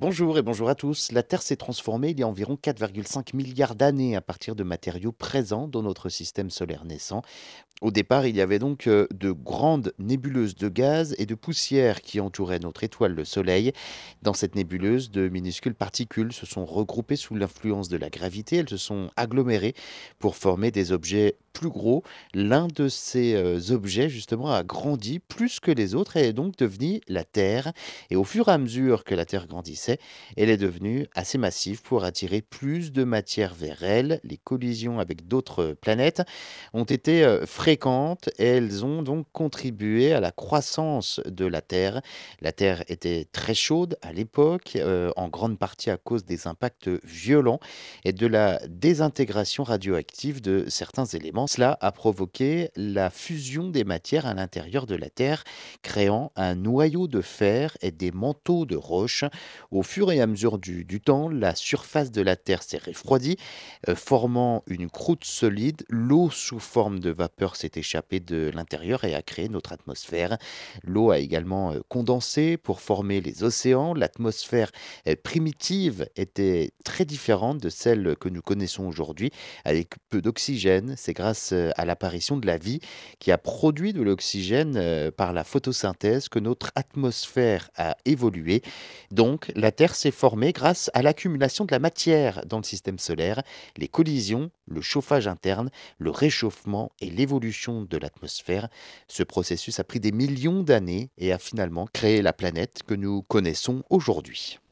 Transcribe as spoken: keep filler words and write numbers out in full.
Bonjour et bonjour à tous. La Terre s'est transformée il y a environ quatre virgule cinq milliards d'années à partir de matériaux présents dans notre système solaire naissant. Au départ, il y avait donc euh, de grandes nébuleuses de gaz et de poussière qui entouraient notre étoile, le Soleil. Dans cette nébuleuse, de minuscules particules se sont regroupées sous l'influence de la gravité. Elles se sont agglomérées pour former des objets plus gros. L'un de ces euh, objets, justement, a grandi plus que les autres et est donc devenu la Terre. Et au fur et à mesure que la Terre grandissait, elle est devenue assez massive pour attirer plus de matière vers elle. Les collisions avec d'autres planètes ont été euh, fréquentes et elles ont donc contribué à la croissance de la Terre. La Terre était très chaude à l'époque, euh, en grande partie à cause des impacts violents et de la désintégration radioactive de certains éléments. Cela a provoqué la fusion des matières à l'intérieur de la Terre, créant un noyau de fer et des manteaux de roches. Au fur et à mesure du, du temps, la surface de la Terre s'est refroidie, euh, formant une croûte solide. L'eau sous forme de vapeur s'est échappée de l'intérieur et a créé notre atmosphère. L'eau a également euh, condensé pour former les océans. L'atmosphère euh, primitive était très différente de celle que nous connaissons aujourd'hui, avec peu d'oxygène. C'est grâce euh, à l'apparition de la vie qui a produit de l'oxygène euh, par la photosynthèse que notre atmosphère a évolué. Donc, la Terre s'est formée grâce à l'accumulation de la matière dans le système solaire, les collisions, le chauffage interne, le réchauffement et l'évolution de l'atmosphère. Ce processus a pris des millions d'années et a finalement créé la planète que nous connaissons aujourd'hui.